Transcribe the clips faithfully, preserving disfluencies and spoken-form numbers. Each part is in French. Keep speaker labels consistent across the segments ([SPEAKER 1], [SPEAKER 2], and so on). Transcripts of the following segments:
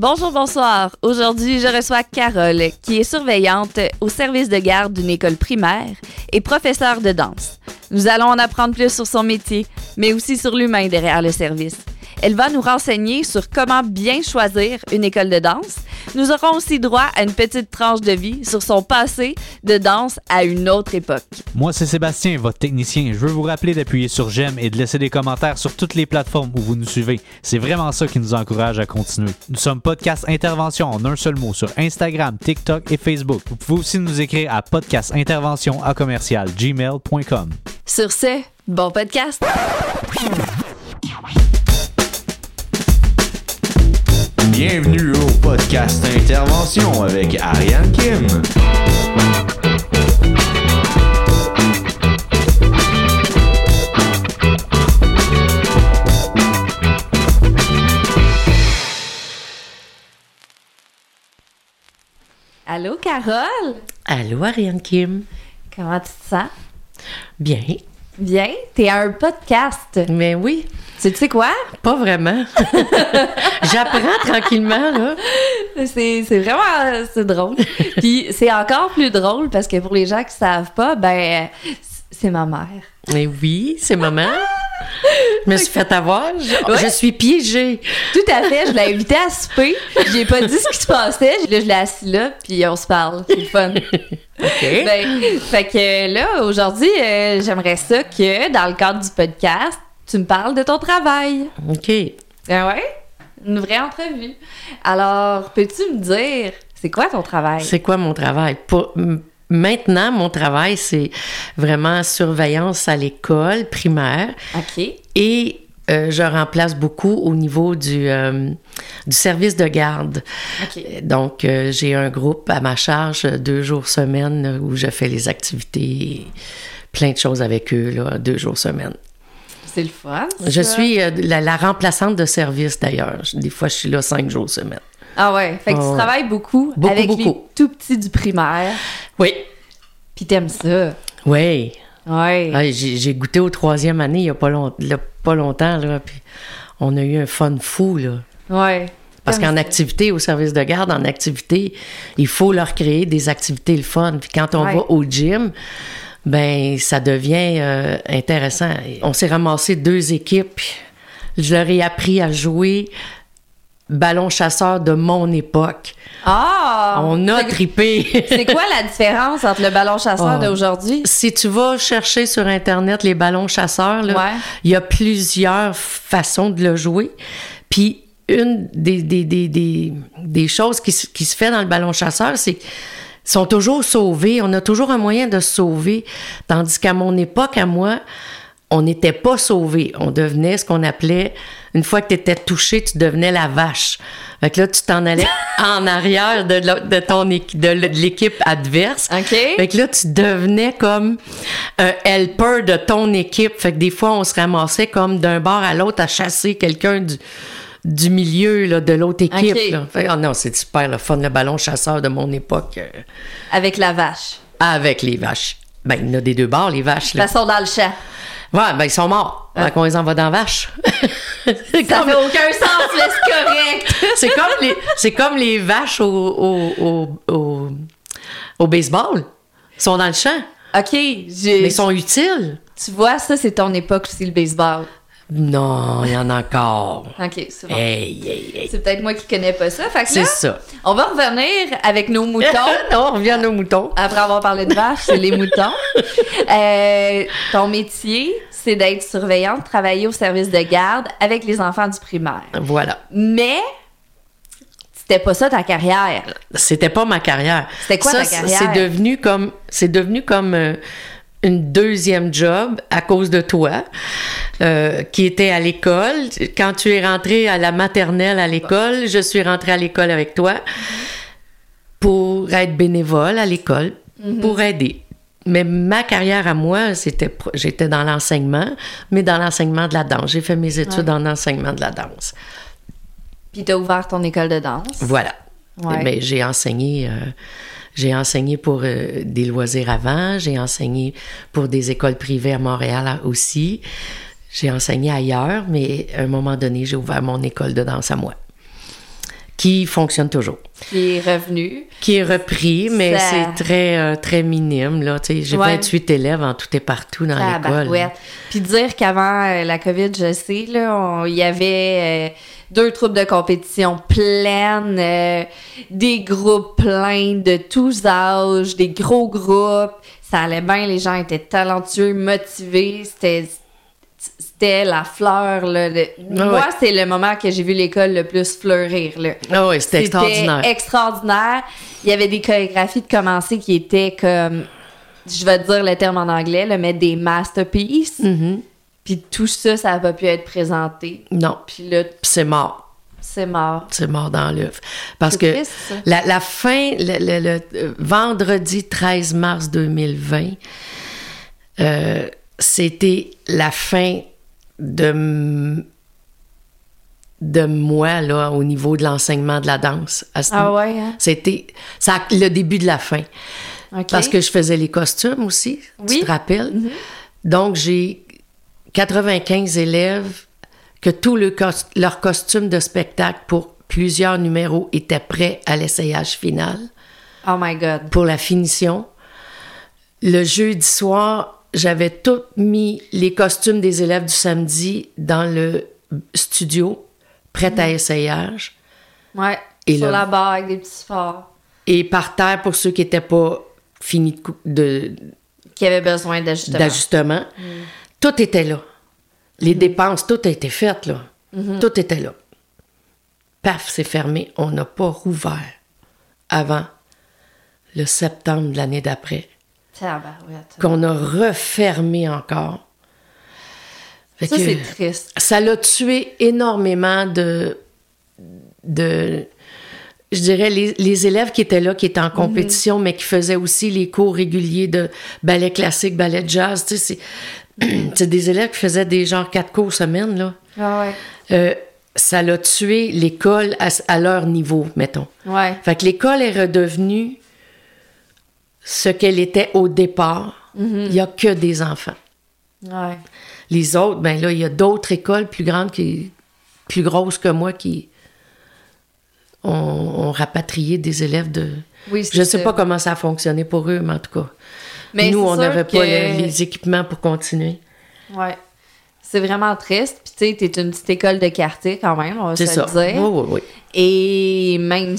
[SPEAKER 1] Bonjour, bonsoir. Aujourd'hui, je reçois Carole, qui est surveillante au service de garde d'une école primaire et professeure de danse. Nous allons en apprendre plus sur son métier, mais aussi sur l'humain derrière le service. Elle va nous renseigner sur comment bien choisir une école de danse. Nous aurons aussi droit à une petite tranche de vie sur son passé de danse à une autre époque.
[SPEAKER 2] Moi, c'est Sébastien, votre technicien. Je veux vous rappeler d'appuyer sur j'aime et de laisser des commentaires sur toutes les plateformes où vous nous suivez. C'est vraiment ça qui nous encourage à continuer. Nous sommes Podcast Intervention en un seul mot sur Instagram, TikTok et Facebook. Vous pouvez aussi nous écrire à podcastintervention à commercial gmail point com.
[SPEAKER 1] Sur ce, bon podcast!
[SPEAKER 3] Bienvenue au podcast Intervention avec Ariane Kim.
[SPEAKER 1] Allô, Carole?
[SPEAKER 4] Allô, Ariane Kim.
[SPEAKER 1] Comment tu te sens?
[SPEAKER 4] Bien.
[SPEAKER 1] Bien? T'es à un podcast.
[SPEAKER 4] Mais oui.
[SPEAKER 1] Tu sais quoi?
[SPEAKER 4] Pas vraiment. J'apprends tranquillement, là.
[SPEAKER 1] C'est, c'est vraiment... C'est drôle. Puis c'est encore plus drôle parce que pour les gens qui savent pas, ben, c'est ma mère.
[SPEAKER 4] Mais oui, c'est maman. Je me suis fait avoir. Je,
[SPEAKER 1] ouais. je
[SPEAKER 4] suis piégée.
[SPEAKER 1] Tout à fait. Je l'ai invitée à souper. J'ai pas dit ce qui se passait. Là, je l'ai assis là, puis on se parle. C'est le fun.
[SPEAKER 4] OK.
[SPEAKER 1] Ben, fait que là, aujourd'hui, euh, j'aimerais ça que, dans le cadre du podcast, tu me parles de ton travail.
[SPEAKER 4] OK.
[SPEAKER 1] Ah ouais? Une vraie entrevue. Alors, peux-tu me dire, c'est quoi ton travail?
[SPEAKER 4] C'est quoi mon travail? Pour, maintenant, mon travail, c'est vraiment surveillance à l'école primaire.
[SPEAKER 1] OK.
[SPEAKER 4] Et euh, je remplace beaucoup au niveau du, euh, du service de garde.
[SPEAKER 1] OK.
[SPEAKER 4] Donc, euh, j'ai un groupe à ma charge deux jours semaine où je fais les activités, plein de choses avec eux, là, deux jours semaine.
[SPEAKER 1] C'est le fun, ça.
[SPEAKER 4] Je suis euh, la, la remplaçante de service, d'ailleurs. Des fois, je suis là cinq jours semaine.
[SPEAKER 1] Ah ouais, fait que
[SPEAKER 4] oh,
[SPEAKER 1] tu travailles beaucoup,
[SPEAKER 4] beaucoup
[SPEAKER 1] avec
[SPEAKER 4] beaucoup.
[SPEAKER 1] les tout-petits du primaire.
[SPEAKER 4] Oui.
[SPEAKER 1] Puis t'aimes ça.
[SPEAKER 4] Oui.
[SPEAKER 1] Ouais.
[SPEAKER 4] Ah, j'ai, j'ai goûté au troisième année il n'y a pas, long, il y a pas longtemps, là, puis on a eu un fun fou, là.
[SPEAKER 1] Ouais.
[SPEAKER 4] Parce qu'en
[SPEAKER 1] ça.
[SPEAKER 4] activité, au service de garde, en activité, il faut leur créer des activités le fun. Puis quand on
[SPEAKER 1] ouais.
[SPEAKER 4] va au gym, ben ça devient euh, intéressant. On s'est ramassé deux équipes. Je leur ai appris à jouer ballon chasseur de mon époque.
[SPEAKER 1] Ah!
[SPEAKER 4] On a trippé.
[SPEAKER 1] C'est quoi la différence entre le ballon chasseur
[SPEAKER 4] oh.
[SPEAKER 1] d'aujourd'hui?
[SPEAKER 4] Si tu vas chercher sur Internet les ballons chasseurs, là,
[SPEAKER 1] ouais.
[SPEAKER 4] il y a plusieurs façons de le jouer. Puis une des, des, des, des, des choses qui, qui se fait dans le ballon chasseur, c'est qu'ils sont toujours sauvés. On a toujours un moyen de se sauver. Tandis qu'à mon époque, à moi, on n'était pas sauvés. On devenait ce qu'on appelait, une fois que tu étais touché, tu devenais la vache. Fait que là, tu t'en allais en arrière de, de, ton, de l'équipe adverse.
[SPEAKER 1] OK.
[SPEAKER 4] Fait que là, tu devenais comme un helper de ton équipe. Fait que des fois, on se ramassait comme d'un bord à l'autre à chasser quelqu'un du, du milieu là, de l'autre équipe.
[SPEAKER 1] Okay.
[SPEAKER 4] Là. Fait, oh non, c'est super le fun, le ballon chasseur de mon époque. Euh,
[SPEAKER 1] avec la vache.
[SPEAKER 4] Avec les vaches. Ben, il y en a des deux bords, les vaches.
[SPEAKER 1] Là. De toute façon, dans le champ.
[SPEAKER 4] Ouais, ben ils sont morts. Ah. Quand on les envoie dans la vache.
[SPEAKER 1] c'est ça comme... fait aucun sens, mais c'est correct.
[SPEAKER 4] c'est, comme les, c'est comme les vaches au, au, au, au, au baseball. Ils sont dans le champ.
[SPEAKER 1] OK. J'ai...
[SPEAKER 4] Mais ils sont utiles.
[SPEAKER 1] Tu vois, ça, c'est ton époque aussi, le baseball.
[SPEAKER 4] Non, il y en a encore.
[SPEAKER 1] OK, c'est bon.
[SPEAKER 4] Hey, hey, hey.
[SPEAKER 1] C'est peut-être moi qui connais pas ça. Fait que
[SPEAKER 4] c'est
[SPEAKER 1] là,
[SPEAKER 4] ça.
[SPEAKER 1] On va revenir avec nos moutons.
[SPEAKER 4] non, on revient à nos moutons.
[SPEAKER 1] Après avoir parlé de vaches, c'est les moutons. Euh, ton métier, c'est d'être surveillante, travailler au service de garde avec les enfants du primaire.
[SPEAKER 4] Voilà.
[SPEAKER 1] Mais c'était pas ça ta carrière.
[SPEAKER 4] C'était pas ma carrière.
[SPEAKER 1] C'était quoi
[SPEAKER 4] ça,
[SPEAKER 1] ta carrière?
[SPEAKER 4] C'est devenu comme, c'est devenu comme euh, une deuxième job à cause de toi, euh, qui était à l'école. Quand tu es rentrée à la maternelle à l'école, je suis rentrée à l'école avec toi pour être bénévole à l'école, mm-hmm. pour aider. Mais ma carrière à moi, c'était, j'étais dans l'enseignement, mais dans l'enseignement de la danse. J'ai fait mes études ouais. en enseignement de la danse.
[SPEAKER 1] Puis t'as ouvert ton école de danse.
[SPEAKER 4] Voilà.
[SPEAKER 1] Ouais.
[SPEAKER 4] Mais j'ai enseigné... Euh, J'ai enseigné pour euh, des loisirs avant, j'ai enseigné pour des écoles privées à Montréal aussi. J'ai enseigné ailleurs, mais à un moment donné, j'ai ouvert mon école de danse à moi. qui fonctionne toujours.
[SPEAKER 1] Qui est revenu.
[SPEAKER 4] Qui est repris, mais
[SPEAKER 1] Ça...
[SPEAKER 4] c'est très, euh, très minime, là. Tu sais, j'ai ouais. vingt-huit élèves en tout et partout dans
[SPEAKER 1] Ça
[SPEAKER 4] l'école.
[SPEAKER 1] Barouette. Puis dire qu'avant euh, la COVID, je sais, là, il y avait euh, deux troupes de compétition pleines, euh, des groupes pleins de tous âges, des gros groupes. Ça allait bien, les gens étaient talentueux, motivés. C'était... C'était la fleur, là. De... Ah Moi, ouais. c'est le moment que j'ai vu l'école le plus fleurir, là.
[SPEAKER 4] Ah oui, c'était, c'était extraordinaire.
[SPEAKER 1] extraordinaire. Il y avait des chorégraphies de commencer qui étaient comme, je vais te dire le terme en anglais, là, mais des masterpieces.
[SPEAKER 4] Mm-hmm.
[SPEAKER 1] Puis tout ça, ça n'a pas pu être présenté.
[SPEAKER 4] Non.
[SPEAKER 1] Puis là...
[SPEAKER 4] Puis c'est mort.
[SPEAKER 1] C'est mort.
[SPEAKER 4] C'est mort dans l'œuf. Parce
[SPEAKER 1] c'est
[SPEAKER 4] que
[SPEAKER 1] triste, ça. La,
[SPEAKER 4] la fin, le, le, le euh, vendredi treize mars deux mille vingt, euh, c'était la fin de, de moi, là, au niveau de l'enseignement de la danse.
[SPEAKER 1] Ah ouais, hein?
[SPEAKER 4] C'était ça, le début de la fin.
[SPEAKER 1] Okay.
[SPEAKER 4] Parce que je faisais les costumes aussi,
[SPEAKER 1] oui.
[SPEAKER 4] tu te rappelles?
[SPEAKER 1] Mm-hmm.
[SPEAKER 4] Donc, j'ai quatre-vingt-quinze élèves que tout le cos- leur costume de spectacle pour plusieurs numéros était prêt à l'essayage final.
[SPEAKER 1] Oh my God.
[SPEAKER 4] Pour la finition. Le jeudi soir, j'avais tout mis les costumes des élèves du samedi dans le studio, prêts mmh. à essayage.
[SPEAKER 1] Ouais,
[SPEAKER 4] et
[SPEAKER 1] sur
[SPEAKER 4] le...
[SPEAKER 1] la barre avec des petits supports.
[SPEAKER 4] Et par terre pour ceux qui n'étaient pas finis de... de...
[SPEAKER 1] qui avaient besoin d'ajustement.
[SPEAKER 4] D'ajustement. Mmh. Tout était là. Les mmh. dépenses, tout a été fait, là. Mmh. Tout était là. Paf, c'est fermé. On n'a pas rouvert avant le septembre de l'année d'après. Qu'on a refermé encore. Fait
[SPEAKER 1] ça,
[SPEAKER 4] que
[SPEAKER 1] c'est triste.
[SPEAKER 4] Ça l'a tué énormément de... de je dirais, les, les élèves qui étaient là, qui étaient en compétition, mm-hmm. mais qui faisaient aussi les cours réguliers de ballet classique, ballet jazz. Tu sais, c'est, c'est des élèves qui faisaient des genre quatre cours semaine, là.
[SPEAKER 1] Ah ouais.
[SPEAKER 4] Euh, ça l'a tué l'école à, à leur niveau, mettons.
[SPEAKER 1] Ouais.
[SPEAKER 4] Fait que l'école est redevenue ce qu'elle était au départ. Mm-hmm. Il n'y a que des enfants.
[SPEAKER 1] Ouais.
[SPEAKER 4] Les autres, ben là, il y a d'autres écoles plus grandes, qui, plus grosses que moi, qui ont, ont rapatrié des élèves de...
[SPEAKER 1] Oui,
[SPEAKER 4] je ne sais pas comment ça a fonctionné pour eux, mais en tout cas, mais nous, on n'avait que... pas les, les équipements pour continuer.
[SPEAKER 1] Ouais. C'est vraiment triste. Puis, tu sais, t'es une petite école de quartier quand même, on va
[SPEAKER 4] c'est
[SPEAKER 1] se
[SPEAKER 4] ça.
[SPEAKER 1] le dire.
[SPEAKER 4] Oui, oui, oui.
[SPEAKER 1] Et même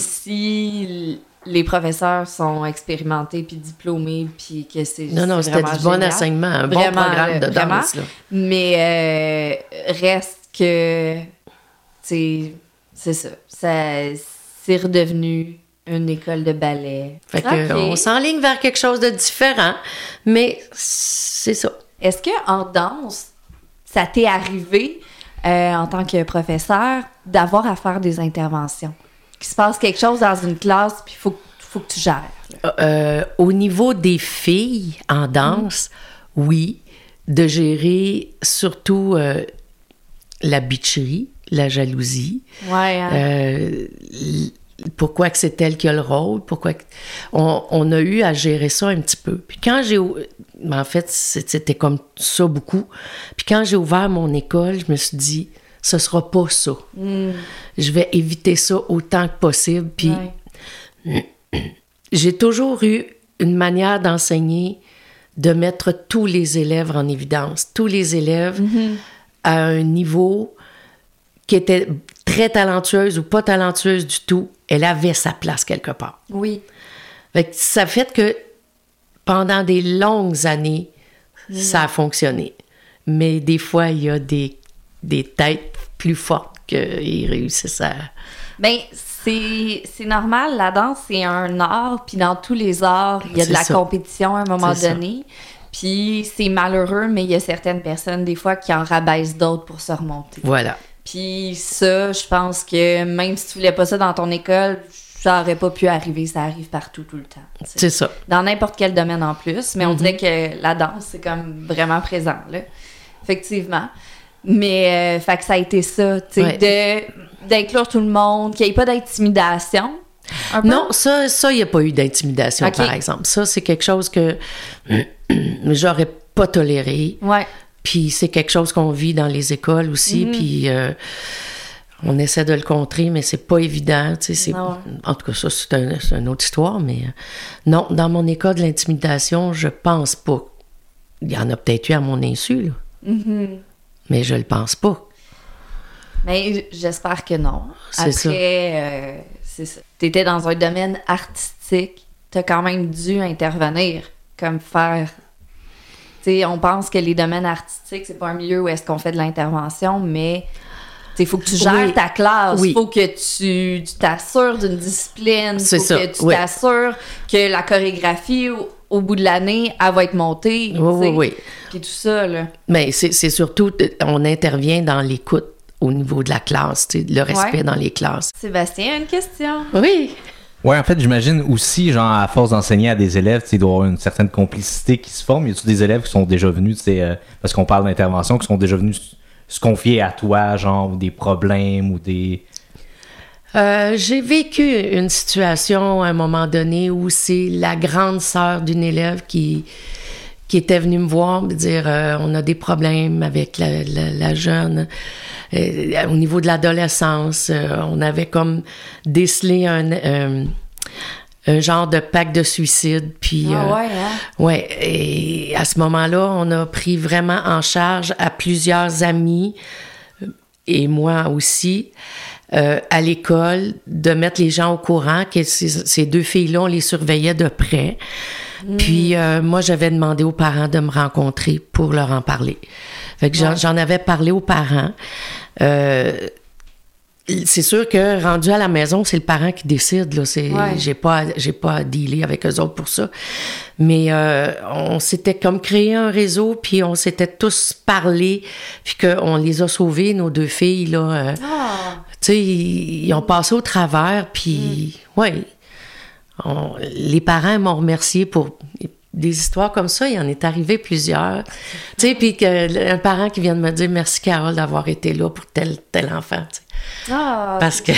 [SPEAKER 1] si les professeurs sont expérimentés puis diplômés puis que c'est
[SPEAKER 4] non non
[SPEAKER 1] c'est
[SPEAKER 4] c'était
[SPEAKER 1] vraiment
[SPEAKER 4] du bon
[SPEAKER 1] génial.
[SPEAKER 4] enseignement, un
[SPEAKER 1] vraiment,
[SPEAKER 4] bon programme de
[SPEAKER 1] vraiment,
[SPEAKER 4] danse là.
[SPEAKER 1] Mais euh, reste que c'est c'est ça ça c'est redevenu une école de ballet.
[SPEAKER 4] Fait que okay. on s'enligne vers quelque chose de différent, mais c'est ça.
[SPEAKER 1] Est-ce que en danse ça t'est arrivé euh, en tant que professeur d'avoir à faire des interventions? Qu'il se passe quelque chose dans une classe, puis il faut, faut que tu gères.
[SPEAKER 4] Euh, au niveau des filles en danse, mmh. oui, de gérer surtout euh, la bitcherie, la jalousie.
[SPEAKER 1] Ouais, hein?
[SPEAKER 4] euh, pourquoi que c'est elle qui a le rôle, pourquoi que... on, on a eu à gérer ça un petit peu. Puis quand j'ai... En fait, c'était comme ça beaucoup. Puis quand j'ai ouvert mon école, je me suis dit... ce sera pas ça. Mm. Je vais éviter ça autant que possible. Puis ouais. j'ai toujours eu une manière d'enseigner, de mettre tous les élèves en évidence. Tous les élèves mm-hmm. à un niveau qui était très talentueuse ou pas talentueuse du tout, elle avait sa place quelque part.
[SPEAKER 1] Oui.
[SPEAKER 4] Fait que ça fait que pendant des longues années, mm. ça a fonctionné. Mais des fois, il y a des des têtes plus fortes qu'ils réussissent à...
[SPEAKER 1] Bien, c'est, c'est normal. La danse, c'est un art. Puis dans tous les arts, il y a
[SPEAKER 4] c'est
[SPEAKER 1] de la
[SPEAKER 4] ça.
[SPEAKER 1] compétition à un moment
[SPEAKER 4] c'est
[SPEAKER 1] donné. Puis c'est malheureux, mais il y a certaines personnes, des fois, qui en rabaissent d'autres pour se remonter.
[SPEAKER 4] Voilà.
[SPEAKER 1] Puis ça, je pense que même si tu voulais pas ça dans ton école, ça aurait pas pu arriver. Ça arrive partout, tout le temps. T'sais.
[SPEAKER 4] C'est ça.
[SPEAKER 1] Dans n'importe quel domaine en plus. Mais on
[SPEAKER 4] mm-hmm.
[SPEAKER 1] dirait que la danse, c'est comme vraiment présent, là. Effectivement. Mais, euh, fait que ça a été ça, tu sais, ouais. de, d'inclure tout le monde, qu'il n'y ait pas d'intimidation.
[SPEAKER 4] Non, ça, ça, il n'y a pas eu d'intimidation, okay. par exemple. Ça, c'est quelque chose que j'aurais pas toléré.
[SPEAKER 1] Ouais.
[SPEAKER 4] Puis c'est quelque chose qu'on vit dans les écoles aussi, mm-hmm. puis euh, on essaie de le contrer, mais c'est pas évident. Tu sais, c'est, en tout cas, ça, c'est, un, c'est une autre histoire, mais euh, non, dans mon école de l'intimidation, je pense pas. Il y en a peut-être eu à mon insu, là. Mm-hmm. Mais je le pense pas.
[SPEAKER 1] Mais j'espère que non.
[SPEAKER 4] C'est
[SPEAKER 1] Après,
[SPEAKER 4] ça.
[SPEAKER 1] Euh, c'est ça. T'étais dans un domaine artistique, t'as quand même dû intervenir, comme faire... Tu sais, on pense que les domaines artistiques, c'est pas un milieu où est-ce qu'on fait de l'intervention, mais... Il faut que tu gères
[SPEAKER 4] oui.
[SPEAKER 1] ta classe, il
[SPEAKER 4] oui.
[SPEAKER 1] faut que tu, tu t'assures d'une discipline, il faut
[SPEAKER 4] ça.
[SPEAKER 1] que tu
[SPEAKER 4] oui.
[SPEAKER 1] t'assures que la chorégraphie, au, au bout de l'année, elle va être montée.
[SPEAKER 4] Oui, oui, oui.
[SPEAKER 1] Puis tout ça, là.
[SPEAKER 4] Mais c'est, c'est surtout, on intervient dans l'écoute au niveau de la classe, tu sais, le respect ouais. dans les classes.
[SPEAKER 1] Sébastien, une question?
[SPEAKER 4] Oui.
[SPEAKER 5] Ouais, en fait, j'imagine aussi, genre, à force d'enseigner à des élèves, il doit y avoir une certaine complicité qui se forme. Y a-t-il des élèves qui sont déjà venus, tu sais, euh, parce qu'on parle d'intervention, qui sont déjà venus se confier à toi, genre, ou des problèmes, ou des...
[SPEAKER 4] Euh, j'ai vécu une situation à un moment donné où c'est la grande sœur d'une élève qui, qui était venue me voir, me dire euh, on a des problèmes avec la, la, la jeune. Euh, au niveau de l'adolescence, euh, on avait comme décelé un... un un genre de pacte de suicide, puis...
[SPEAKER 1] Ah
[SPEAKER 4] euh,
[SPEAKER 1] ouais, hein?
[SPEAKER 4] Ouais, et à ce moment-là, on a pris vraiment en charge à plusieurs amis, et moi aussi, euh, à l'école, de mettre les gens au courant que ces, ces deux filles-là, on les surveillait de près. Mm. Puis euh, moi, j'avais demandé aux parents de me rencontrer pour leur en parler. Fait que ouais. j'en, j'en avais parlé aux parents. Euh, C'est sûr que rendu à la maison, c'est le parent qui décide. Là. C'est, ouais. j'ai pas, j'ai pas à dealer avec eux autres pour ça. Mais euh, on s'était comme créé un réseau, puis on s'était tous parlé, puis qu'on les a sauvés, nos deux filles. Là. Euh, oh. Tu sais, ils, ils ont passé au travers, puis mm. ouais, on, les parents m'ont remercié pour... Des histoires comme ça, il en est arrivé plusieurs. Tu sais, puis un parent qui vient de me dire « Merci, Carole, d'avoir été là pour tel, tel enfant. »
[SPEAKER 1] Ah,
[SPEAKER 4] parce que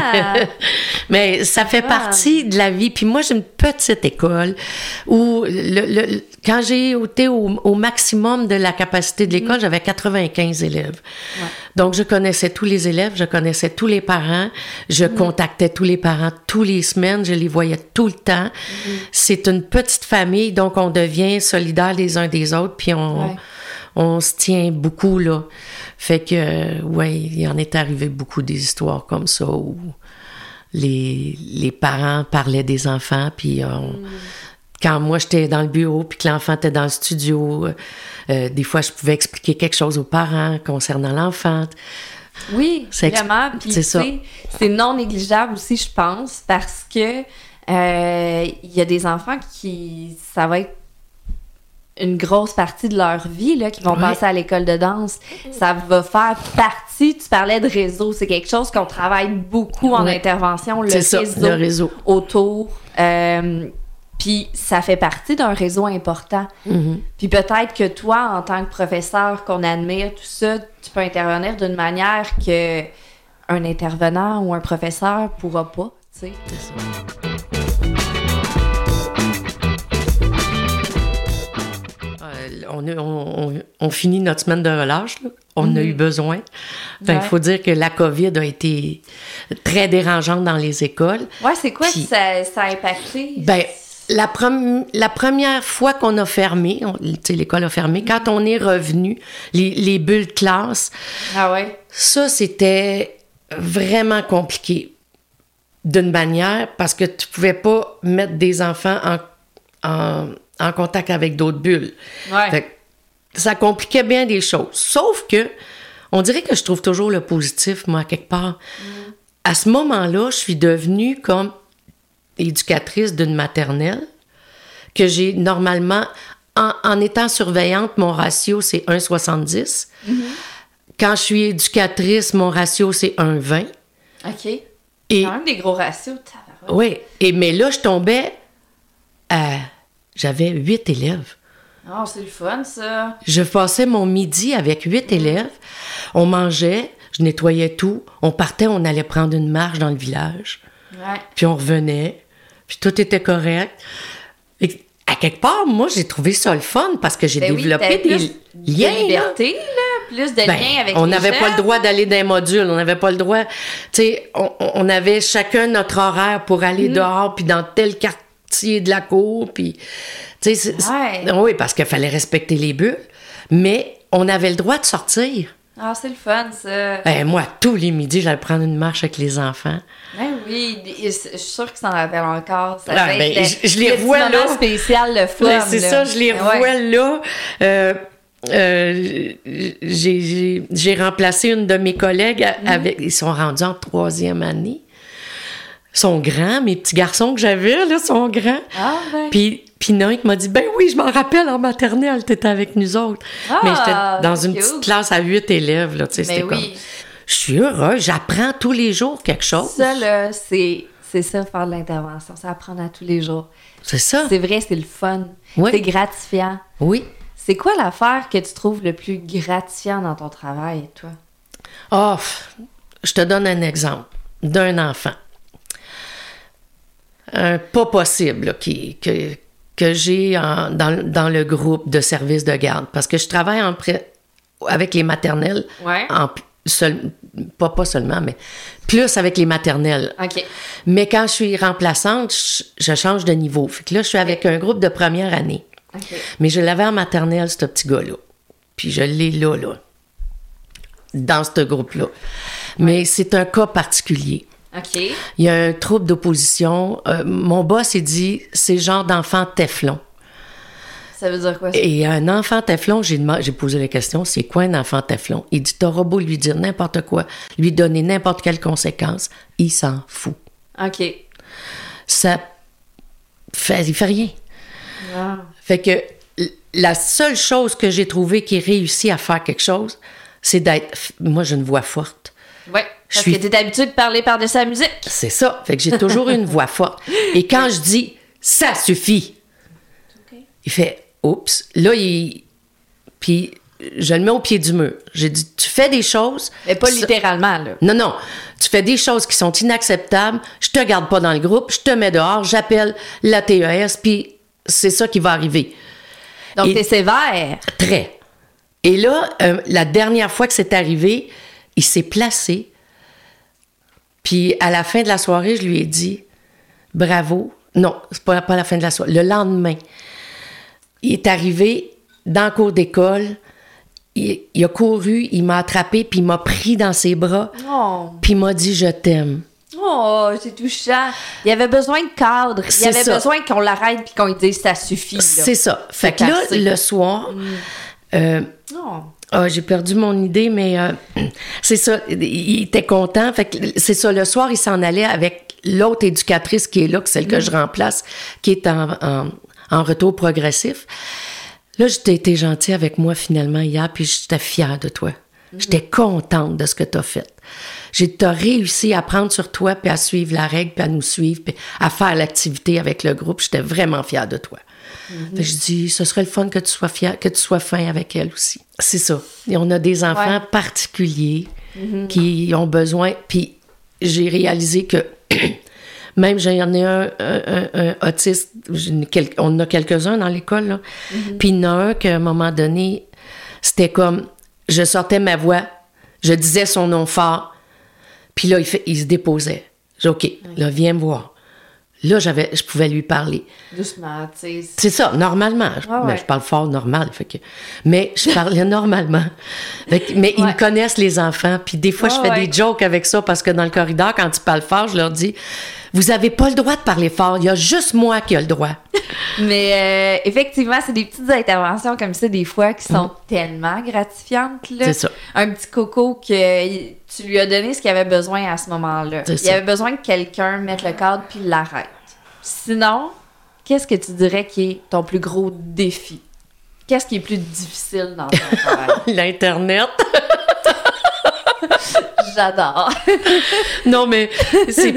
[SPEAKER 4] mais ça fait ah. partie de la vie. Puis moi, j'ai une petite école où le, le, quand j'ai été au, au maximum de la capacité de l'école, mmh. j'avais quatre-vingt-quinze élèves. Ouais. Donc, je connaissais tous les élèves, je connaissais tous les parents, je mmh. contactais tous les parents tous les semaines, je les voyais tout le temps. Mmh. C'est une petite famille, donc on devient solidaires les uns des autres, puis on... Ouais. On se tient beaucoup, là. Fait que, euh, ouais, il en est arrivé beaucoup des histoires comme ça où les, les parents parlaient des enfants, puis on, mm. quand moi, j'étais dans le bureau, puis que l'enfant était dans le studio, euh, des fois, je pouvais expliquer quelque chose aux parents concernant l'enfant.
[SPEAKER 1] Oui, c'est vraiment. Puis, c'est ça. C'est non négligeable aussi, je pense, parce que euh, il y a des enfants qui, ça va être une grosse partie de leur vie, là, qui vont ouais. passer à l'école de danse. Ça va faire partie, tu parlais de réseau, c'est quelque chose qu'on travaille beaucoup en ouais. intervention, le,
[SPEAKER 4] c'est
[SPEAKER 1] réseau,
[SPEAKER 4] ça, le réseau
[SPEAKER 1] autour. Euh, puis ça fait partie d'un réseau important. Mm-hmm. Puis peut-être que toi, en tant que professeur qu'on admire, tout ça, tu peux intervenir d'une manière que un intervenant ou un professeur pourra pas, tu sais. C'est ça.
[SPEAKER 4] On, a, on, on finit notre semaine de relâche. Là. On mmh. a eu besoin. Il ouais. faut dire que la COVID a été très dérangeante dans les écoles.
[SPEAKER 1] Oui, c'est quoi Puis, que ça, ça a impacté?
[SPEAKER 4] Ben, la, prom- la première fois qu'on a fermé, on, l'école a fermé, mmh. quand on est revenu, les, les bulles de classe,
[SPEAKER 1] ah ouais.
[SPEAKER 4] ça, c'était vraiment compliqué d'une manière parce que tu pouvais pas mettre des enfants en... en en contact avec d'autres bulles.
[SPEAKER 1] Ouais.
[SPEAKER 4] Fait que ça compliquait bien des choses. Sauf que, on dirait que je trouve toujours le positif, moi, quelque part. Mm. À ce moment-là, je suis devenue comme éducatrice d'une maternelle, que j'ai normalement, en, en étant surveillante, mon ratio, c'est un virgule soixante-dix. Mm-hmm. Quand je suis éducatrice, mon ratio, c'est un virgule vingt.
[SPEAKER 1] OK. Et, quand même des gros ratios.
[SPEAKER 4] Oui. Et, mais là, je tombais à... J'avais huit élèves.
[SPEAKER 1] Oh, c'est le fun, ça.
[SPEAKER 4] Je passais mon midi avec huit mmh. élèves. On mangeait, je nettoyais tout. On partait, on allait prendre une marche dans le village.
[SPEAKER 1] Ouais.
[SPEAKER 4] Puis on revenait. Puis tout était correct. Et à quelque part, moi, j'ai trouvé ça le fun parce que j'ai
[SPEAKER 1] ben
[SPEAKER 4] développé
[SPEAKER 1] oui,
[SPEAKER 4] des liens.
[SPEAKER 1] De liberté, là. plus de
[SPEAKER 4] Ben,
[SPEAKER 1] lien avec
[SPEAKER 4] on
[SPEAKER 1] les
[SPEAKER 4] n'avait pas
[SPEAKER 1] jeunes.
[SPEAKER 4] le droit d'aller dans les modules, on n'avait pas le droit. Tu sais, on, on avait chacun notre horaire pour aller
[SPEAKER 1] Mm.
[SPEAKER 4] dehors, puis dans tel quartier de la cour, puis. Tu sais, c'est- c'est-
[SPEAKER 1] Ouais.
[SPEAKER 4] oui, parce qu'il fallait respecter les bulles, mais on avait le droit de sortir.
[SPEAKER 1] Ah, c'est le fun, ça.
[SPEAKER 4] Ben, moi, tous les midis, j'allais prendre une marche avec les enfants.
[SPEAKER 1] Ben oui, je suis sûre qu'ils s'en rappellent encore. Ça
[SPEAKER 4] Ah,
[SPEAKER 1] va
[SPEAKER 4] ben,
[SPEAKER 1] être
[SPEAKER 4] je- je les
[SPEAKER 1] le petit
[SPEAKER 4] vois,
[SPEAKER 1] moment
[SPEAKER 4] là.
[SPEAKER 1] spécial, le fun.
[SPEAKER 4] Ouais, c'est
[SPEAKER 1] là.
[SPEAKER 4] ça, je les
[SPEAKER 1] Ouais.
[SPEAKER 4] revois là. Euh, euh, j'ai, j'ai, j'ai remplacé une de mes collègues
[SPEAKER 1] Mm-hmm.
[SPEAKER 4] avec. Ils sont rendus en troisième année. Ils sont grands, mes petits garçons que j'avais, là, sont grands.
[SPEAKER 1] Ah, ben.
[SPEAKER 4] Puis, puis Noïc m'a dit, ben oui, je m'en rappelle, en maternelle, t'étais avec nous autres.
[SPEAKER 1] Ah,
[SPEAKER 4] Mais j'étais dans
[SPEAKER 1] c'est
[SPEAKER 4] une
[SPEAKER 1] cute.
[SPEAKER 4] petite classe à huit élèves, là, tu sais,
[SPEAKER 1] Mais
[SPEAKER 4] c'était
[SPEAKER 1] oui.
[SPEAKER 4] comme... Je suis heureuse, j'apprends tous les jours quelque chose.
[SPEAKER 1] Ça, là, c'est, c'est ça, faire de l'intervention. C'est apprendre à tous les jours.
[SPEAKER 4] C'est ça.
[SPEAKER 1] C'est vrai, c'est le fun.
[SPEAKER 4] Oui.
[SPEAKER 1] C'est gratifiant.
[SPEAKER 4] Oui.
[SPEAKER 1] C'est quoi l'affaire que tu trouves le plus gratifiant dans ton travail, toi?
[SPEAKER 4] Oh, je te donne un exemple d'un enfant. Un pas possible là, qui, que, que j'ai en- dans, dans le groupe de services de garde. Parce que je travaille en pré- avec les maternelles.
[SPEAKER 1] Ouais.
[SPEAKER 4] En, seul, pas, pas seulement, mais plus avec les maternelles.
[SPEAKER 1] OK.
[SPEAKER 4] Mais quand je suis remplaçante, je, je change de niveau. Fait que là, je suis avec un groupe de première année.
[SPEAKER 1] OK.
[SPEAKER 4] Mais je l'avais en maternelle, ce petit gars-là. Puis je l'ai là, là. Dans ce groupe-là. Mais c'est un cas particulier.
[SPEAKER 1] OK.
[SPEAKER 4] Il y a un trouble d'opposition. Euh, mon boss, il dit, c'est le genre d'enfant Teflon.
[SPEAKER 1] Ça veut dire quoi, ça?
[SPEAKER 4] Et un enfant Teflon, j'ai, demandé, j'ai posé la question, c'est quoi un enfant Teflon? Il dit, t'auras beau lui dire n'importe quoi, lui donner n'importe quelle conséquence, il s'en fout.
[SPEAKER 1] OK.
[SPEAKER 4] Ça fait, il fait rien.
[SPEAKER 1] Ah.
[SPEAKER 4] Fait que l- la seule chose que j'ai trouvé qui réussit à faire quelque chose, c'est d'être... Moi, j'ai une voix forte.
[SPEAKER 1] Ouais.
[SPEAKER 4] Je
[SPEAKER 1] Parce
[SPEAKER 4] suis-
[SPEAKER 1] que t'es habitué de parler par-dessus la musique.
[SPEAKER 4] C'est ça. Fait que j'ai toujours eu une voix forte. Et quand je dis « ça suffit
[SPEAKER 1] OK. »,
[SPEAKER 4] il fait « oups ». Là, il... Puis je le mets au pied du mur. J'ai dit « tu fais des choses... »
[SPEAKER 1] Mais pas
[SPEAKER 4] ça-
[SPEAKER 1] littéralement, là.
[SPEAKER 4] Non, non. Tu fais des choses qui sont inacceptables. Je te garde pas dans le groupe. Je te mets dehors. J'appelle la T E S. Puis c'est ça qui va arriver.
[SPEAKER 1] Donc,
[SPEAKER 4] Et-
[SPEAKER 1] t'es sévère.
[SPEAKER 4] Très. Et là, euh, la dernière fois que c'est arrivé, il s'est placé. Puis à la fin de la soirée, je lui ai dit bravo. Non, c'est pas, pas à la fin de la soirée. Le lendemain, il est arrivé dans la cour d'école. Il, il a couru, il m'a attrapé, puis il m'a pris dans ses bras,
[SPEAKER 1] Oh.
[SPEAKER 4] puis il m'a dit je t'aime.
[SPEAKER 1] Oh, c'est touchant. Il y avait besoin de cadre. Il y
[SPEAKER 4] C'est
[SPEAKER 1] avait
[SPEAKER 4] ça.
[SPEAKER 1] besoin qu'on l'arrête puis qu'on lui dise ça suffit. là.
[SPEAKER 4] C'est ça. Fait
[SPEAKER 1] C'est
[SPEAKER 4] que là,
[SPEAKER 1] assez.
[SPEAKER 4] le soir, euh,
[SPEAKER 1] Oh.
[SPEAKER 4] Ah, j'ai perdu mon idée, mais euh, c'est ça. Il était content. Fait que c'est ça. Le soir, il s'en allait avec l'autre éducatrice qui est là, que celle que je remplace, qui est en, en, en retour progressif. Là, j'étais été gentille avec moi finalement hier, puis j'étais fière de toi. J'étais contente de ce que tu as fait. J'ai t'as réussi à prendre sur toi, puis à suivre la règle, puis à nous suivre, puis à faire l'activité avec le groupe. J'étais vraiment fière de toi. Fait que je dis, ce serait le fun que tu sois fier, que tu sois fin avec elle aussi. C'est ça. Et on a des enfants
[SPEAKER 1] Ouais.
[SPEAKER 4] particuliers qui ont besoin. Puis j'ai réalisé que même j'en ai un, un, un, un autiste, j'ai quel- on en a quelques-uns dans l'école, là. Puis il y en a un qu'à un moment donné, c'était comme, je sortais ma voix, je disais son nom fort, puis là, il, fait, il se déposait. J'ai dit, OK, là, viens me voir. Là, j'avais, je pouvais lui parler.
[SPEAKER 1] Doucement, tu sais.
[SPEAKER 4] C'est ça, normalement. Je,
[SPEAKER 1] Ouais,
[SPEAKER 4] ben,
[SPEAKER 1] ouais.
[SPEAKER 4] je parle fort normal. Fait que, mais je parlais normalement. Fait que- mais ils
[SPEAKER 1] Ouais.
[SPEAKER 4] me connaissent, les enfants. Puis des fois, je
[SPEAKER 1] Ouais,
[SPEAKER 4] fais
[SPEAKER 1] ouais.
[SPEAKER 4] des jokes avec ça parce que dans le corridor, quand ils parlent fort, je leur dis vous avez pas le droit de parler fort. Il y a juste moi qui ai le droit.
[SPEAKER 1] Mais euh, effectivement, c'est des petites interventions comme ça, des fois, qui sont tellement gratifiantes. Là.
[SPEAKER 4] C'est ça.
[SPEAKER 1] Un petit coco que il- tu lui as donné ce qu'il avait besoin à ce moment-là.
[SPEAKER 4] C'est
[SPEAKER 1] Il
[SPEAKER 4] ça.
[SPEAKER 1] avait besoin que quelqu'un mette le cadre puis l'arrête. Sinon, qu'est-ce que tu dirais qui est ton plus gros défi? Qu'est-ce qui est plus difficile dans ton travail?
[SPEAKER 4] L'Internet.
[SPEAKER 1] J'adore.
[SPEAKER 4] Non, mais c'est parce que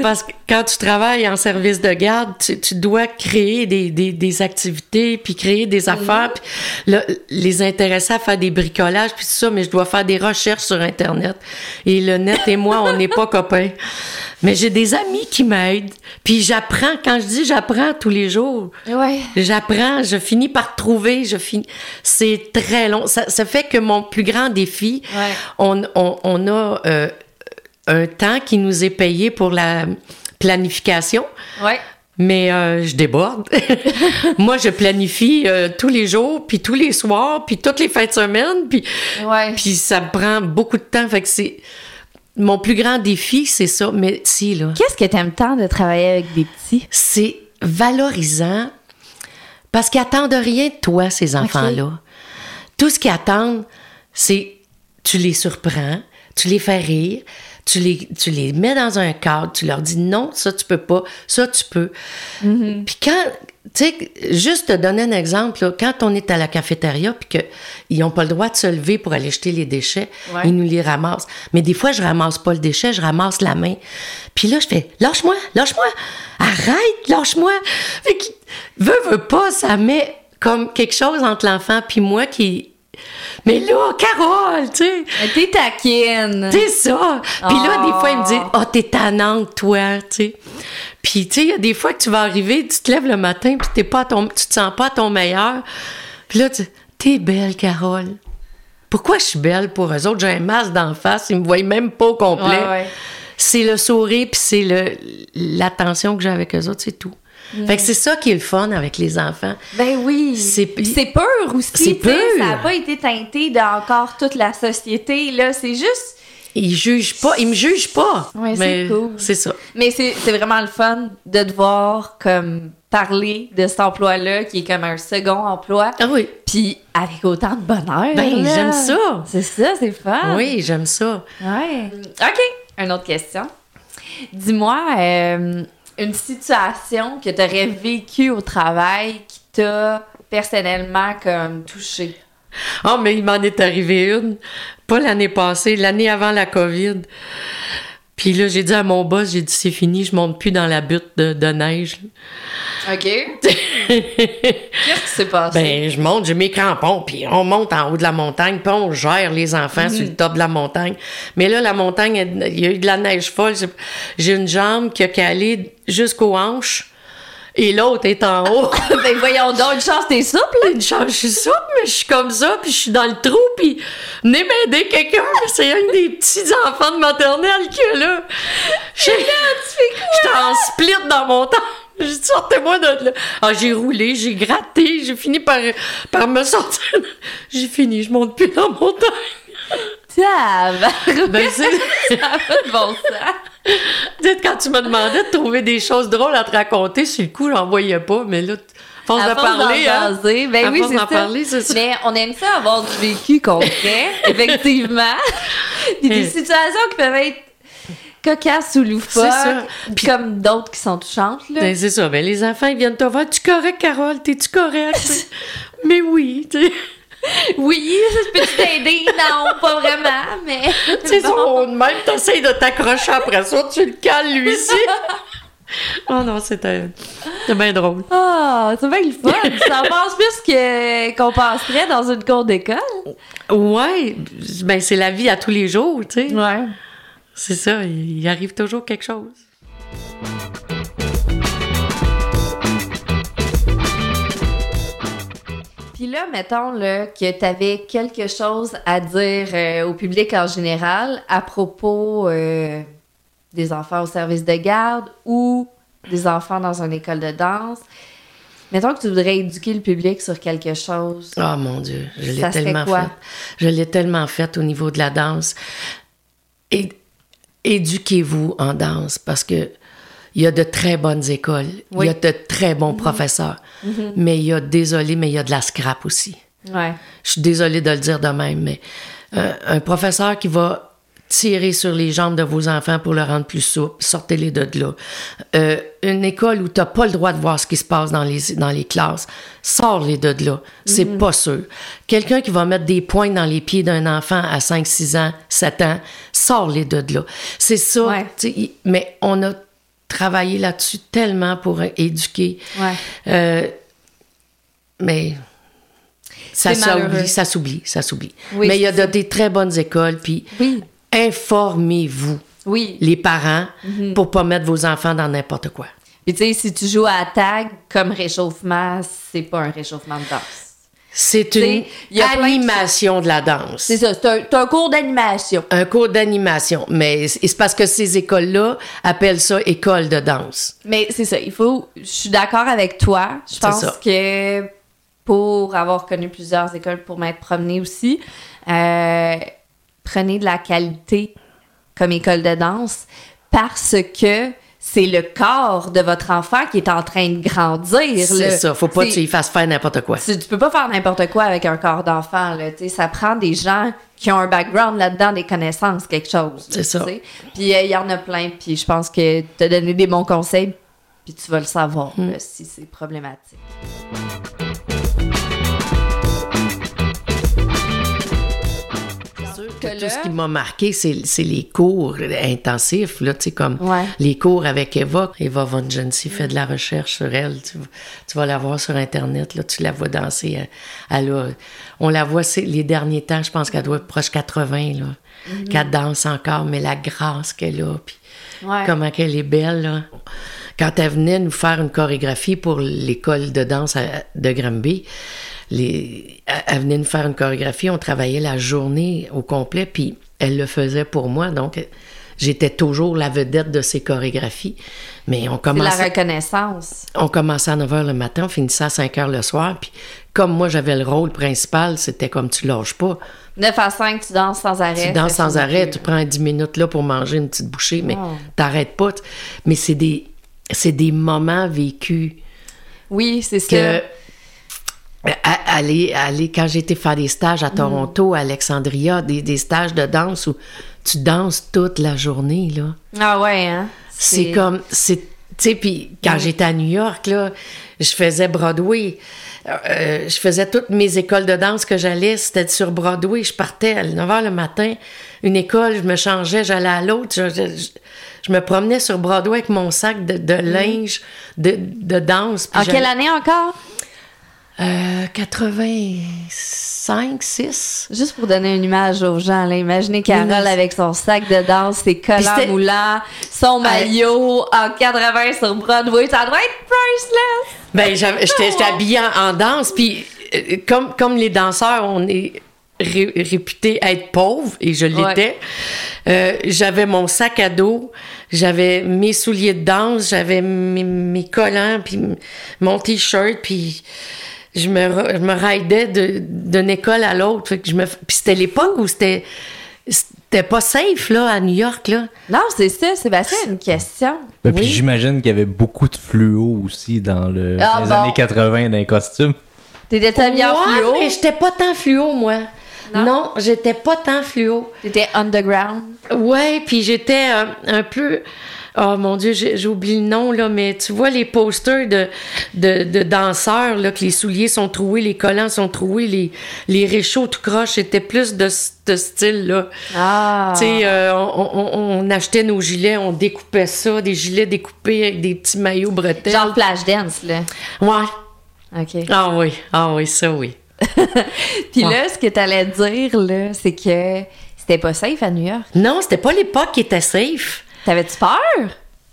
[SPEAKER 4] quand tu travailles en service de garde, tu, tu dois créer des, des, des activités, puis créer des affaires, puis là, les intéresser à faire des bricolages, puis tout ça, mais je dois faire des recherches sur Internet. Et le net et moi, on n'est pas copains. Mais j'ai des amis qui m'aident, puis j'apprends. Quand je dis j'apprends tous les jours,
[SPEAKER 1] Ouais.
[SPEAKER 4] j'apprends, je finis par trouver, je finis... C'est très long. Ça, ça fait que mon plus grand défi,
[SPEAKER 1] Ouais.
[SPEAKER 4] on, on, on a euh, un temps qui nous est payé pour la planification,
[SPEAKER 1] Ouais.
[SPEAKER 4] mais euh, je déborde. Moi, je planifie euh, tous les jours, puis tous les soirs, puis toutes les fins de semaine, puis,
[SPEAKER 1] Ouais.
[SPEAKER 4] puis ça me prend beaucoup de temps. Fait que c'est... Mon plus grand défi, c'est ça. Mais si, là...
[SPEAKER 1] Qu'est-ce que t'aimes tant de travailler avec des petits?
[SPEAKER 4] C'est valorisant parce qu'ils attendent rien de toi, ces enfants-là. Tout ce qu'ils attendent, c'est tu les surprends, tu les fais rire, tu les, tu les mets dans un cadre, tu leur dis non, ça tu peux pas, ça tu peux.
[SPEAKER 1] Mm-hmm.
[SPEAKER 4] Puis quand, tu sais, juste te donner un exemple, là, quand on est à la cafétéria puis qu'ils n'ont pas le droit de se lever pour aller jeter les déchets,
[SPEAKER 1] Ouais.
[SPEAKER 4] ils nous les ramassent. Mais des fois, je ramasse pas le déchet, je ramasse la main. Puis là, je fais « Lâche-moi, lâche-moi, arrête, lâche-moi! » Fait que, veut, veut pas, ça met comme quelque chose entre l'enfant puis moi qui... Mais là, Carole, tu sais...
[SPEAKER 1] Mais T'es taquine.
[SPEAKER 4] C'est ça. Puis là, des fois, il me dit «
[SPEAKER 1] Oh.
[SPEAKER 4] Ah, oh, t'es tannante, toi, tu sais. » Puis, tu sais, il y a des fois que tu vas arriver, tu te lèves le matin, puis t'es pas à ton, tu te sens pas à ton meilleur. Puis là, tu dis « T'es belle, Carole. » Pourquoi je suis belle pour eux autres? J'ai un masque d'en face, ils me voient même pas au complet.
[SPEAKER 1] Ouais, ouais.
[SPEAKER 4] C'est le sourire, puis c'est le, l'attention que j'ai avec eux autres, c'est tout.
[SPEAKER 1] Mm.
[SPEAKER 4] Fait que c'est ça qui est le fun avec les enfants.
[SPEAKER 1] Ben oui.
[SPEAKER 4] C'est-
[SPEAKER 1] Puis c'est pur aussi.
[SPEAKER 4] C'est
[SPEAKER 1] tu sais,
[SPEAKER 4] pur.
[SPEAKER 1] Ça n'a pas été teinté d'encore toute la société. Là, c'est juste.
[SPEAKER 4] Ils jugent pas, ils me jugent pas.
[SPEAKER 1] Ouais, c'est
[SPEAKER 4] mais
[SPEAKER 1] cool.
[SPEAKER 4] c'est ça.
[SPEAKER 1] Mais c'est c'est vraiment le fun de devoir comme parler de cet emploi-là qui est comme un second emploi.
[SPEAKER 4] Ah oui.
[SPEAKER 1] Puis avec autant de bonheur.
[SPEAKER 4] Ben,
[SPEAKER 1] là.
[SPEAKER 4] j'aime ça.
[SPEAKER 1] C'est ça, c'est fun.
[SPEAKER 4] Oui, j'aime ça.
[SPEAKER 1] Ouais. OK. Une autre question. Dis-moi, euh, une situation que tu aurais vécue au travail qui t'a personnellement comme touchée.
[SPEAKER 4] Ah, mais il m'en est arrivé une. Pas l'année passée, l'année avant la COVID. Puis là, j'ai dit à mon boss, j'ai dit, c'est fini, je monte plus dans la butte de, de neige.
[SPEAKER 1] OK. Qu'est-ce qui s'est passé?
[SPEAKER 4] Ben, je monte, j'ai mes crampons, puis on monte en haut de la montagne, puis on gère les enfants sur le top de la montagne. Mais là, la montagne, il y a eu de la neige folle. J'ai- J'ai une jambe qui a calé jusqu'aux hanches, et l'autre est en haut.
[SPEAKER 1] Ben voyons donc, une chance, t'es souple.
[SPEAKER 4] Une chance, je suis souple, mais je suis comme ça, puis je suis dans le trou, puis venez m'aider quelqu'un. C'est un des petits enfants de maternelle qui est là. Je tu fais quoi? J'étais en split dans mon temps. J'ai dit, sortez-moi de là. Ah, j'ai roulé, j'ai gratté, j'ai fini par, par me sortir. J'ai fini, je monte plus dans mon temps.
[SPEAKER 1] Tabarnak.
[SPEAKER 4] Ben, c'est...
[SPEAKER 1] Ça a pas de bon sens.
[SPEAKER 4] Peut-être quand tu me demandais de trouver des choses drôles à te raconter, sur le coup, j'en voyais pas, mais là, force
[SPEAKER 1] À
[SPEAKER 4] de
[SPEAKER 1] force
[SPEAKER 4] parler,
[SPEAKER 1] d'en
[SPEAKER 4] hein.
[SPEAKER 1] jaser, ben
[SPEAKER 4] À
[SPEAKER 1] oui,
[SPEAKER 4] force
[SPEAKER 1] c'est
[SPEAKER 4] d'en
[SPEAKER 1] ça.
[SPEAKER 4] parler, c'est ça.
[SPEAKER 1] Mais on aime ça avoir du vécu concret, effectivement. Puis des
[SPEAKER 4] Eh.
[SPEAKER 1] situations qui peuvent être cocasses ou loufoques,
[SPEAKER 4] C'est ça. Puis-
[SPEAKER 1] comme d'autres qui sont touchantes, là.
[SPEAKER 4] Ben, c'est ça. Ben, les enfants, ils viennent te voir. Tu correct, Carole? T'es-tu correct? Mais oui, tu sais.
[SPEAKER 1] Oui, je peux t'aider? Non, pas vraiment, mais...
[SPEAKER 4] Tu sais,
[SPEAKER 1] bon.
[SPEAKER 4] on- même t'essayes de t'accrocher après ça, tu le cales, lui aussi. Oh non, c'était c'était bien drôle.
[SPEAKER 1] Ah, c'est bien le fun. Ça en passe plus que, qu'on penserait dans une cour d'école.
[SPEAKER 4] Ouais, ben c'est la vie à tous les jours, tu sais.
[SPEAKER 1] Ouais.
[SPEAKER 4] C'est ça, il il arrive toujours quelque chose.
[SPEAKER 1] Puis là, mettons là, que tu avais quelque chose à dire euh, au public en général à propos euh, des enfants au service de garde ou des enfants dans une école de danse. Mettons que tu voudrais éduquer le public sur quelque chose.
[SPEAKER 4] Oh mon Dieu, je l'ai
[SPEAKER 1] Ça serait
[SPEAKER 4] tellement
[SPEAKER 1] quoi?
[SPEAKER 4] fait. Je l'ai tellement fait au niveau de la danse. Et, éduquez-vous en danse parce que il y a de très bonnes écoles, il
[SPEAKER 1] Oui.
[SPEAKER 4] y a de très bons professeurs, mais il y a, désolé, mais il y a de la scrap aussi.
[SPEAKER 1] Ouais.
[SPEAKER 4] Je suis désolée de le dire de même, mais euh, un professeur qui va tirer sur les jambes de vos enfants pour le rendre plus souple, sortez-les de là. Euh, une école où tu n'as pas le droit de voir ce qui se passe dans les, dans les classes, sors-les de là. C'est pas sûr. Quelqu'un qui va mettre des pointes dans les pieds d'un enfant à cinq, six ans, sept ans, sors-les de là. C'est ça.
[SPEAKER 1] Ouais.
[SPEAKER 4] tu sais, il- Mais on a travaillé là-dessus tellement pour éduquer.
[SPEAKER 1] Ouais.
[SPEAKER 4] Euh, mais ça
[SPEAKER 1] C'est malheureux.
[SPEAKER 4] s'oublie, ça s'oublie, ça s'oublie.
[SPEAKER 1] Oui,
[SPEAKER 4] mais il y a
[SPEAKER 1] c'est
[SPEAKER 4] de, des très bonnes écoles, puis
[SPEAKER 1] Oui.
[SPEAKER 4] informez-vous,
[SPEAKER 1] Oui.
[SPEAKER 4] les parents,
[SPEAKER 1] Mhm.
[SPEAKER 4] pour pas mettre vos enfants dans n'importe quoi.
[SPEAKER 1] Puis tu sais, si tu joues à la tag comme réchauffement, c'est pas un réchauffement de danse.
[SPEAKER 4] C'est
[SPEAKER 1] T'sais,
[SPEAKER 4] une
[SPEAKER 1] il y a plein de-
[SPEAKER 4] animation de la danse.
[SPEAKER 1] C'est ça, c'est un, c'est un cours d'animation.
[SPEAKER 4] Un cours d'animation. Mais c'est c'est parce que ces écoles-là appellent ça école de danse.
[SPEAKER 1] Mais c'est ça, il faut. Je suis d'accord avec toi. Je
[SPEAKER 4] C'est
[SPEAKER 1] pense
[SPEAKER 4] ça.
[SPEAKER 1] que pour avoir connu plusieurs écoles, pour m'être promenée aussi, euh, prenez de la qualité comme école de danse parce que c'est le corps de votre enfant qui est en train de grandir.
[SPEAKER 4] C'est
[SPEAKER 1] là.
[SPEAKER 4] ça. Faut pas que
[SPEAKER 1] C'est-
[SPEAKER 4] tu y fasses faire n'importe quoi.
[SPEAKER 1] Tu, tu peux pas faire n'importe quoi avec un corps d'enfant. Là, tu sais, ça prend des gens qui ont un background là-dedans, des connaissances, quelque chose.
[SPEAKER 4] C'est ça.
[SPEAKER 1] tu sais. Puis il y en a plein. Puis je pense que tu as donné des bons conseils. Puis tu vas le savoir
[SPEAKER 4] Mm.
[SPEAKER 1] là, si c'est problématique. Que
[SPEAKER 4] Tout
[SPEAKER 1] là-
[SPEAKER 4] ce qui m'a marqué, c'est c'est les cours intensifs, là, tu sais, comme
[SPEAKER 1] Ouais.
[SPEAKER 4] les cours avec Eva. Eva Von Gency fait de la recherche sur elle. Tu, vas- tu vas la voir sur Internet, là, tu la vois danser. Elle, elle a- on la voit, c'est, les derniers temps, je pense qu'elle doit être proche quatre-vingts, là,
[SPEAKER 1] Mm-hmm.
[SPEAKER 4] qu'elle danse encore, mais la grâce qu'elle a, puis
[SPEAKER 1] Ouais.
[SPEAKER 4] comment qu'elle est belle, là. Quand elle venait nous faire une chorégraphie pour l'école de danse à- de Granby, les, elle- elle venait nous faire une chorégraphie, on travaillait la journée au complet, puis elle le faisait pour moi, donc j'étais toujours la vedette de ses chorégraphies. Mais on
[SPEAKER 1] C'est la
[SPEAKER 4] commençait,
[SPEAKER 1] reconnaissance.
[SPEAKER 4] on commençait à neuf heures le matin, on finissait à cinq heures le soir, puis comme moi j'avais le rôle principal, c'était comme tu lâches pas.
[SPEAKER 1] neuf à cinq, tu danses sans arrêt.
[SPEAKER 4] Tu danses
[SPEAKER 1] ça
[SPEAKER 4] sans
[SPEAKER 1] finit
[SPEAKER 4] arrêt,
[SPEAKER 1] plus.
[SPEAKER 4] tu prends dix minutes là pour manger une petite bouchée, mais
[SPEAKER 1] Wow.
[SPEAKER 4] t'arrêtes pas. t- Mais c'est des, c'est des moments vécus
[SPEAKER 1] Oui, c'est ça.
[SPEAKER 4] que... à- Aller, aller, quand j'ai été faire des stages à Toronto, à Alexandria, des, des stages de danse où tu danses toute la journée, là.
[SPEAKER 1] Ah ouais, hein?
[SPEAKER 4] C'est comme... c'est Tu sais, puis quand
[SPEAKER 1] Mm.
[SPEAKER 4] j'étais à New York, là, je faisais Broadway. Euh, je faisais toutes mes écoles de danse que j'allais, c'était sur Broadway. Je partais à neuf heures le matin, une école, je me changeais, j'allais à l'autre. Je, je- je me promenais sur Broadway avec mon sac de, de linge de, de danse. puis
[SPEAKER 1] En
[SPEAKER 4] j'allais-
[SPEAKER 1] quelle année encore?
[SPEAKER 4] Euh, quatre-vingt-cinq, six.
[SPEAKER 1] Juste pour donner une image aux gens, là, imaginez Carole
[SPEAKER 4] Mais-
[SPEAKER 1] avec son sac de danse, ses collants
[SPEAKER 4] c'était-
[SPEAKER 1] moulants, son maillot en quatre-vingts sur Broadway. Ça doit être priceless!
[SPEAKER 4] Ben, j'avais- j'étais j'étais habillée en, en danse, puis euh, comme, comme les danseurs, on est ré- réputés être pauvres, et je l'étais. Euh, j'avais mon sac à dos, j'avais mes souliers de danse, j'avais mes, mes collants, puis m- mon t-shirt, puis je me, ra- je me raidais de- d'une école à l'autre. Fait que je me, f- puis c'était l'époque où c'était c'était pas safe, là, à New York, là.
[SPEAKER 1] Non, c'est ça, Sébastien, une question.
[SPEAKER 5] Ben, Puis
[SPEAKER 4] Oui.
[SPEAKER 5] j'imagine qu'il y avait beaucoup de fluo aussi dans le,
[SPEAKER 1] Ah,
[SPEAKER 5] les
[SPEAKER 1] bon.
[SPEAKER 5] années quatre-vingts dans les costumes.
[SPEAKER 1] T'étais habillée en
[SPEAKER 4] Ouais,
[SPEAKER 1] fluo?
[SPEAKER 4] mais j'étais pas tant fluo, moi.
[SPEAKER 1] Non?
[SPEAKER 4] Non, j'étais pas tant fluo.
[SPEAKER 1] T'étais underground?
[SPEAKER 4] Ouais, puis j'étais euh, un peu... Oh mon Dieu, j'ai j'ai oublié le nom, là, mais tu vois les posters de, de, de danseurs, là, que les souliers sont troués, les collants sont troués, les, les réchauds tout croche, c'était plus de ce style-là.
[SPEAKER 1] Ah!
[SPEAKER 4] Tu sais, euh, on, on, on achetait nos gilets, on découpait ça, des gilets découpés avec des petits maillots bretelles.
[SPEAKER 1] Genre flash dance, là.
[SPEAKER 4] Ouais.
[SPEAKER 1] OK.
[SPEAKER 4] Ah oui, ah oui, ça oui.
[SPEAKER 1] Puis
[SPEAKER 4] Ouais.
[SPEAKER 1] là, ce que t'allais dire, là, c'est que c'était pas safe à New York.
[SPEAKER 4] Non, c'était pas l'époque qui était safe.
[SPEAKER 1] T'avais-tu peur?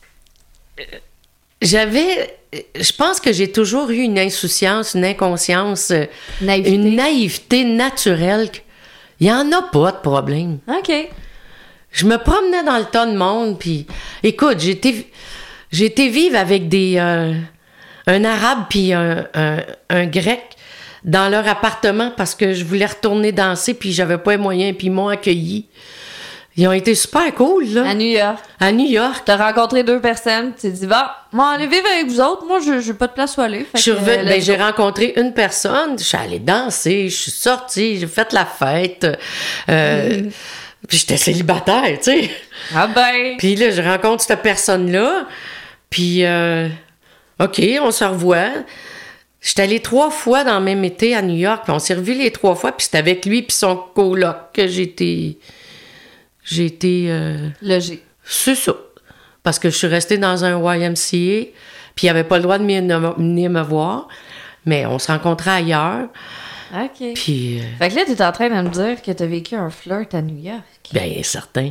[SPEAKER 4] J'avais... Je pense que j'ai toujours eu une insouciance, une inconscience, euh,
[SPEAKER 1] Naïveté.
[SPEAKER 4] une naïveté naturelle. Il y en a pas de problème.
[SPEAKER 1] OK.
[SPEAKER 4] Je me promenais dans le tas de monde, puis écoute, j'ai été, j'ai été vivre avec des euh, un arabe puis un, un, un grec dans leur appartement parce que je voulais retourner danser, puis j'avais pas les moyens, puis ils m'ont accueilli. Ils ont été super cool, là,
[SPEAKER 1] À New York.
[SPEAKER 4] à New York.
[SPEAKER 1] T'as rencontré deux personnes, tu t'es dit, va, moi, allez vivre avec vous autres. Moi, je j'ai pas de place où aller. Fait
[SPEAKER 4] Je suis
[SPEAKER 1] que,
[SPEAKER 4] revenue-
[SPEAKER 1] euh,
[SPEAKER 4] ben,
[SPEAKER 1] let's
[SPEAKER 4] j'ai
[SPEAKER 1] go.
[SPEAKER 4] rencontré une personne, je suis allée danser, je suis sortie, j'ai fait la fête. Euh, Puis j'étais célibataire, tu sais.
[SPEAKER 1] Ah ben!
[SPEAKER 4] Puis là, je rencontre cette personne-là, puis euh, OK, on se revoit. J'étais allée trois fois dans le même été à New York, puis on s'est revus les trois fois, puis c'était avec lui puis son coloc que j'ai été... J'ai été... euh,
[SPEAKER 1] Logé.
[SPEAKER 4] c'est ça. parce que je suis restée dans un Y M C A, puis il avait pas le droit de venir me voir, mais on se rencontrait ailleurs.
[SPEAKER 1] OK.
[SPEAKER 4] Puis... Euh,
[SPEAKER 1] fait que là, t'es en train de me dire que t'as vécu un flirt à New York.
[SPEAKER 4] Bien, certain.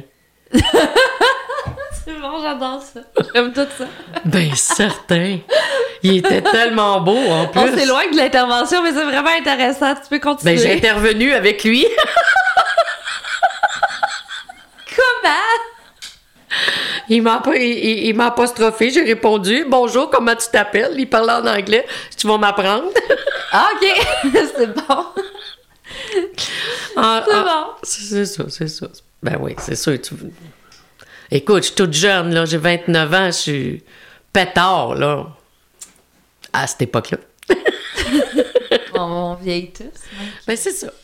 [SPEAKER 1] C'est bon, j'adore ça. J'aime tout ça.
[SPEAKER 4] Bien, certain. Il était tellement beau, en plus.
[SPEAKER 1] On s'éloigne de l'intervention, mais c'est vraiment intéressant. Tu peux continuer.
[SPEAKER 4] Ben, j'ai intervenu avec lui.
[SPEAKER 1] Comment?
[SPEAKER 4] Il m'a, il, il, il m'a apostrophé, j'ai répondu « Bonjour, comment tu t'appelles? » Il parlait en anglais. « Tu vas m'apprendre? »
[SPEAKER 1] Ah, OK. C'est bon.
[SPEAKER 4] Ah,
[SPEAKER 1] c'est
[SPEAKER 4] ah,
[SPEAKER 1] bon.
[SPEAKER 4] C'est ça, c'est ça. Ben oui, c'est sûr. Tu... Écoute, je suis toute jeune, là. J'ai vingt-neuf ans, je suis pétard, là. À cette époque-là.
[SPEAKER 1] on, on vieillit tous. Hein.
[SPEAKER 4] Ben, c'est ça.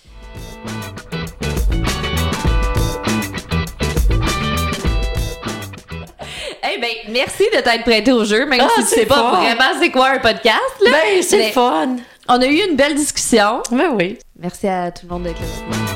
[SPEAKER 1] Eh hey, ben, merci de t'être prêté au jeu, même
[SPEAKER 4] ah,
[SPEAKER 1] si tu sais pas fun. Vraiment c'est quoi un podcast. Là.
[SPEAKER 4] Ben, c'est
[SPEAKER 1] mais
[SPEAKER 4] fun.
[SPEAKER 1] On a eu une belle discussion.
[SPEAKER 4] Ben oui.
[SPEAKER 1] Merci à tout le monde d'être là.